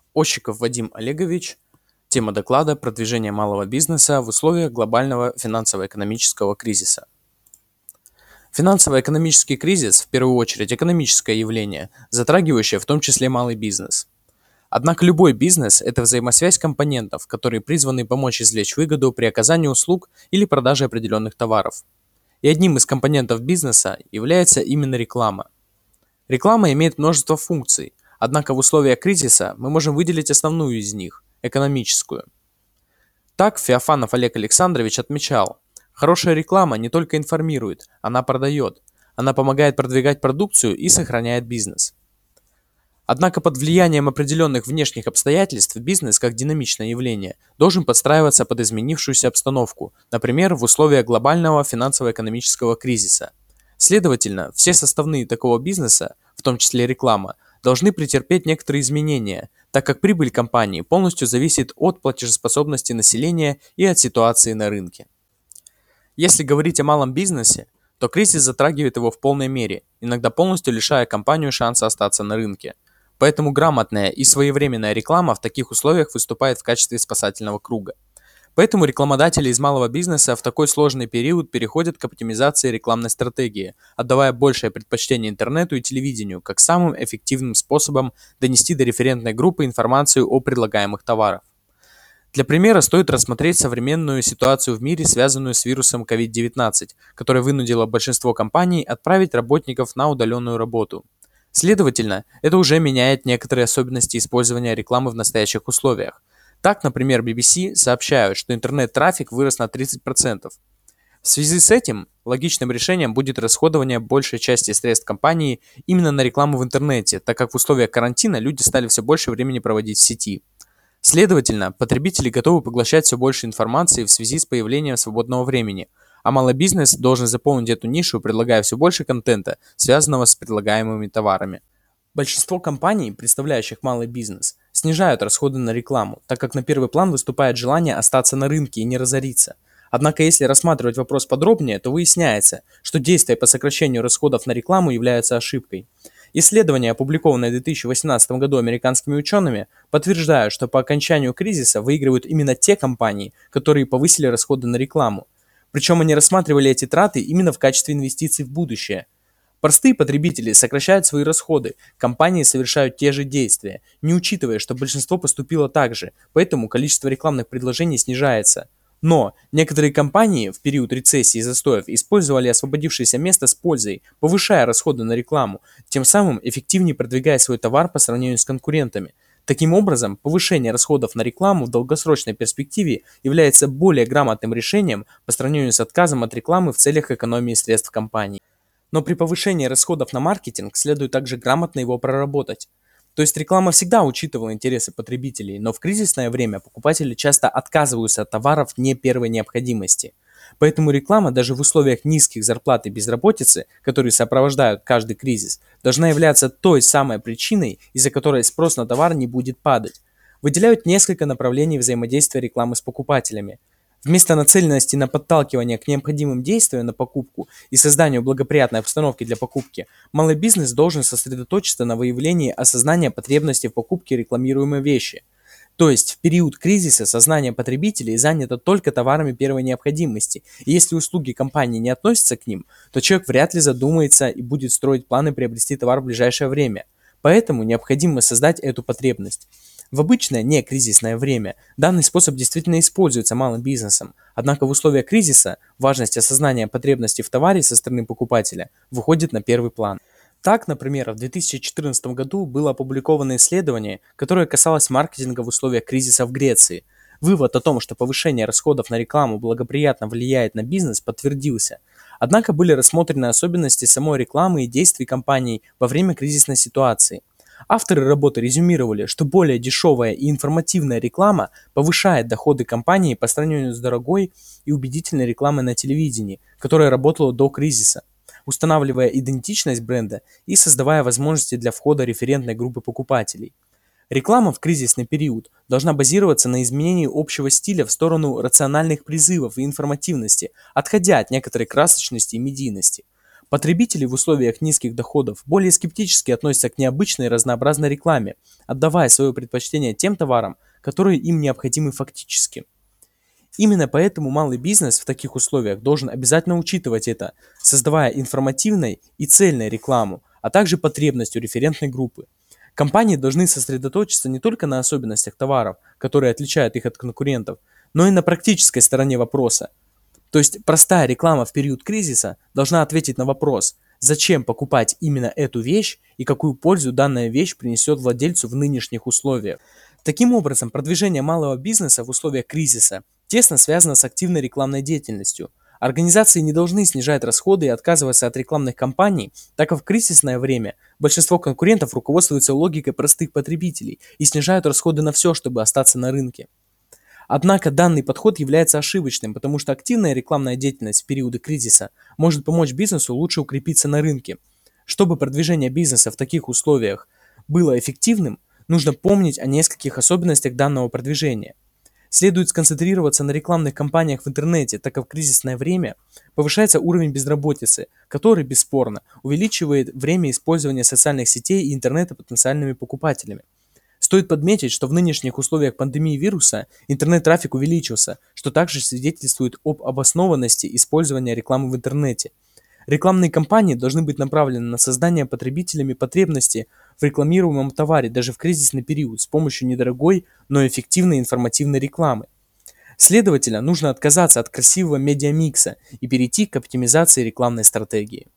Ощиков Вадим Олегович. Тема доклада «Продвижение малого бизнеса в условиях глобального финансово-экономического кризиса». Финансово-экономический кризис, в первую очередь, экономическое явление, затрагивающее в том числе малый бизнес. Однако любой бизнес– это взаимосвязь компонентов, которые призваны помочь извлечь выгоду при оказании услуг или продаже определенных товаров. И одним из компонентов бизнеса является именно реклама. Реклама имеет множество функций, однако в условиях кризиса мы можем выделить основную из них– экономическую. Так Феофанов Олег Александрович отмечал: хорошая реклама не только информирует, она продает, она помогает продвигать продукцию и сохраняет бизнес. Однако под влиянием определенных внешних обстоятельств бизнес, как динамичное явление, должен подстраиваться под изменившуюся обстановку, например, в условиях глобального финансово-экономического кризиса. Следовательно, все составные такого бизнеса, в том числе реклама, должны претерпеть некоторые изменения, так как прибыль компании полностью зависит от платежеспособности населения и от ситуации на рынке. Если говорить о малом бизнесе, то кризис затрагивает его в полной мере, иногда полностью лишая компанию шанса остаться на рынке. Поэтому грамотная и своевременная реклама в таких условиях выступает в качестве спасательного круга. Поэтому рекламодатели из малого бизнеса в такой сложный период переходят к оптимизации рекламной стратегии, отдавая большее предпочтение интернету и телевидению как самым эффективным способом донести до референтной группы информацию о предлагаемых товарах. Для примера стоит рассмотреть современную ситуацию в мире, связанную с вирусом COVID-19, которая вынудила большинство компаний отправить работников на удаленную работу. Следовательно, это уже меняет некоторые особенности использования рекламы в настоящих условиях. Так, например, BBC сообщают, что интернет-трафик вырос на 30%. В связи с этим логичным решением будет расходование большей части средств компании именно на рекламу в интернете, так как в условиях карантина люди стали все больше времени проводить в сети. Следовательно, потребители готовы поглощать все больше информации в связи с появлением свободного времени, а малый бизнес должен заполнить эту нишу, предлагая все больше контента, связанного с предлагаемыми товарами. Большинство компаний, представляющих малый бизнес, снижают расходы на рекламу, так как на первый план выступает желание остаться на рынке и не разориться. Однако, если рассматривать вопрос подробнее, то выясняется, что действия по сокращению расходов на рекламу являются ошибкой. Исследования, опубликованные в 2018 году американскими учеными, подтверждают, что по окончанию кризиса выигрывают именно те компании, которые повысили расходы на рекламу. Причем они рассматривали эти траты именно в качестве инвестиций в будущее. Простые потребители сокращают свои расходы, компании совершают те же действия, не учитывая, что большинство поступило так же, поэтому количество рекламных предложений снижается. Но некоторые компании в период рецессии и застоев использовали освободившееся место с пользой, повышая расходы на рекламу, тем самым эффективнее продвигая свой товар по сравнению с конкурентами. Таким образом, повышение расходов на рекламу в долгосрочной перспективе является более грамотным решением по сравнению с отказом от рекламы в целях экономии средств компании. Но при повышении расходов на маркетинг следует также грамотно его проработать. То есть реклама всегда учитывала интересы потребителей, но в кризисное время покупатели часто отказываются от товаров не первой необходимости. Поэтому реклама даже в условиях низких зарплат и безработицы, которые сопровождают каждый кризис, должна являться той самой причиной, из-за которой спрос на товар не будет падать. Выделяют несколько направлений взаимодействия рекламы с покупателями. Вместо нацеленности на подталкивание к необходимым действиям на покупку и созданию благоприятной обстановки для покупки, малый бизнес должен сосредоточиться на выявлении осознания потребности в покупке рекламируемой вещи. То есть в период кризиса сознание потребителей занято только товарами первой необходимости, и если услуги компании не относятся к ним, то человек вряд ли задумается и будет строить планы приобрести товар в ближайшее время. Поэтому необходимо создать эту потребность. В обычное некризисное время данный способ действительно используется малым бизнесом, однако в условиях кризиса важность осознания потребностей в товаре со стороны покупателя выходит на первый план. Так, например, в 2014 году было опубликовано исследование, которое касалось маркетинга в условиях кризиса в Греции. Вывод о том, что повышение расходов на рекламу благоприятно влияет на бизнес, подтвердился. Однако были рассмотрены особенности самой рекламы и действий компаний во время кризисной ситуации. Авторы работы резюмировали, что более дешевая и информативная реклама повышает доходы компании по сравнению с дорогой и убедительной рекламой на телевидении, которая работала до кризиса, устанавливая идентичность бренда и создавая возможности для входа референтной группы покупателей. Реклама в кризисный период должна базироваться на изменении общего стиля в сторону рациональных призывов и информативности, отходя от некоторой красочности и медийности. Потребители в условиях низких доходов более скептически относятся к необычной и разнообразной рекламе, отдавая свое предпочтение тем товарам, которые им необходимы фактически. Именно поэтому малый бизнес в таких условиях должен обязательно учитывать это, создавая информативной и цельной рекламу, а также потребностью референтной группы. Компании должны сосредоточиться не только на особенностях товаров, которые отличают их от конкурентов, но и на практической стороне вопроса. То есть простая реклама в период кризиса должна ответить на вопрос, зачем покупать именно эту вещь и какую пользу данная вещь принесет владельцу в нынешних условиях. Таким образом, продвижение малого бизнеса в условиях кризиса тесно связано с активной рекламной деятельностью. Организации не должны снижать расходы и отказываться от рекламных кампаний, так как в кризисное время большинство конкурентов руководствуются логикой простых потребителей и снижают расходы на все, чтобы остаться на рынке. Однако данный подход является ошибочным, потому что активная рекламная деятельность в периоды кризиса может помочь бизнесу лучше укрепиться на рынке. Чтобы продвижение бизнеса в таких условиях было эффективным, нужно помнить о нескольких особенностях данного продвижения. Следует сконцентрироваться на рекламных кампаниях в интернете, так как в кризисное время повышается уровень безработицы, который, бесспорно, увеличивает время использования социальных сетей и интернета потенциальными покупателями. Стоит подметить, что в нынешних условиях пандемии вируса интернет-трафик увеличился, что также свидетельствует об обоснованности использования рекламы в интернете. Рекламные кампании должны быть направлены на создание потребителями потребности в рекламируемом товаре даже в кризисный период с помощью недорогой, но эффективной информативной рекламы. Следовательно, нужно отказаться от красивого медиамикса и перейти к оптимизации рекламной стратегии.